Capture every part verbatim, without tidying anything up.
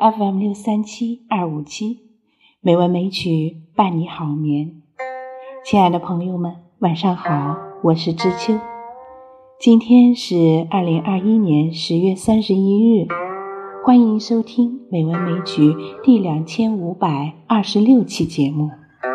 F M 六三七二五七，美文美曲伴你好眠。亲爱的朋友们，晚上好，我是知秋。今天是二零二一年十月三十一日，欢迎收听美文美曲第两千五百二十六期节目。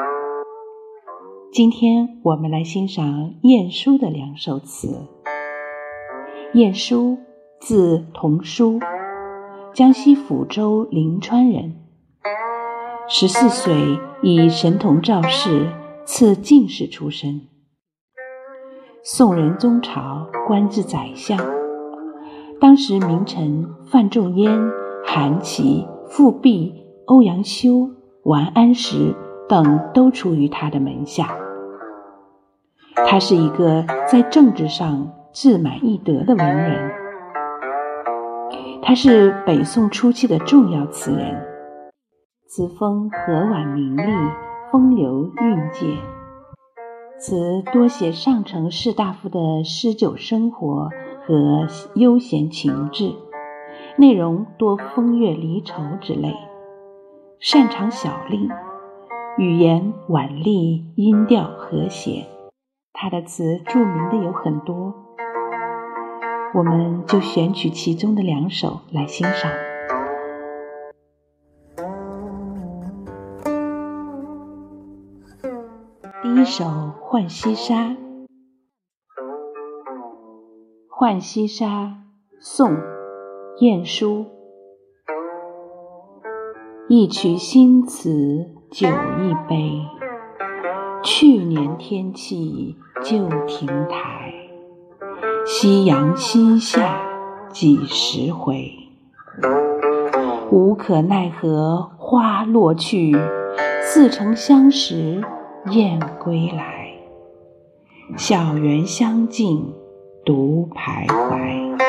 今天我们来欣赏晏殊的两首词。晏殊字同枢，江西抚州临川人。十四岁以神童召仕，赐进士出身。宋仁宗朝官至宰相，当时名臣范仲淹、韩琦、富弼、欧阳修、王安石等都出于他的门下。他是一个在政治上自满易得的文人。他是北宋初期的重要词人，词风和婉明丽，风流韵界。词多写上层士大夫的诗酒生活和悠闲情致，内容多风月离愁之类，擅长小令，语言婉丽，音调和谐。他的词著名的有很多，我们就选取其中的两首来欣赏。第一首《浣溪沙》。浣溪沙，宋·晏殊。一曲新词酒一杯，去年天气旧亭台。夕阳西下几时回？无可奈何花落去，似曾相识燕归来。小园香径独徘徊。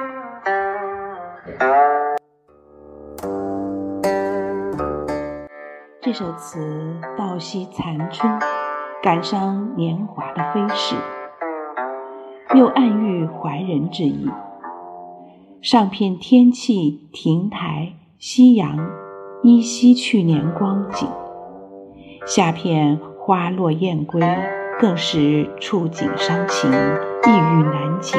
这首词道惜残春，感伤年华的飞逝，又暗喻怀人之意。上片天气、亭台、夕阳依稀去年光景，下片花落燕归，更是触景伤情，意郁难解。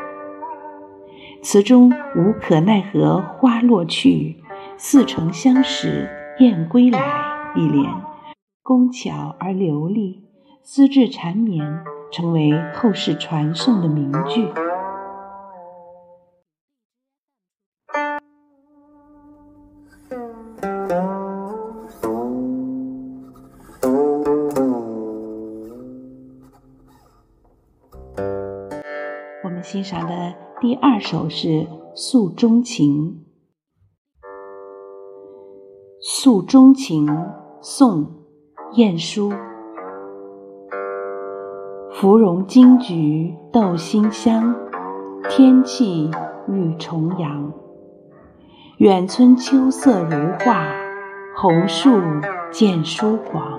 词中无可奈何花落去，似曾相识燕归来一联，工巧而流利，丝质缠绵，成为后世传颂的名句。我们欣赏的第二首是《诉衷情》。《诉衷情》，宋·晏殊。芙蓉金菊斗馨香，天气欲重阳。远村秋色如画，红树渐疏黄。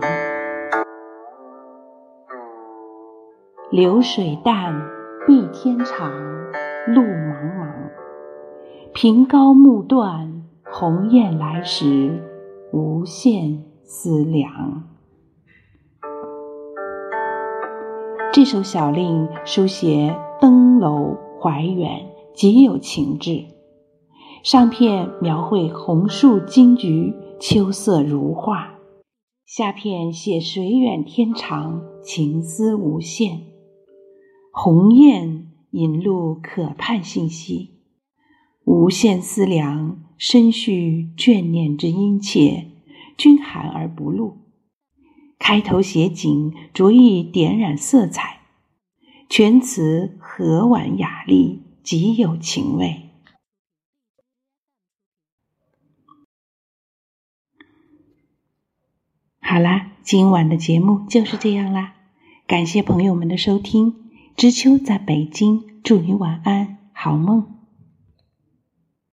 流水淡，碧天长，路茫茫。凭高木断，鸿雁来时，无限思量。这首小令书写登楼怀远，极有情致。上片描绘红树金菊，秋色如画；下片写水远天长，情思无限。鸿雁引露可盼信息，无限思量，深叙眷念之殷切，均含而不露。开头写景，着意点染色彩，全词和婉雅丽，极有情味。好啦，今晚的节目就是这样啦，感谢朋友们的收听。知秋在北京，祝你晚安，好梦。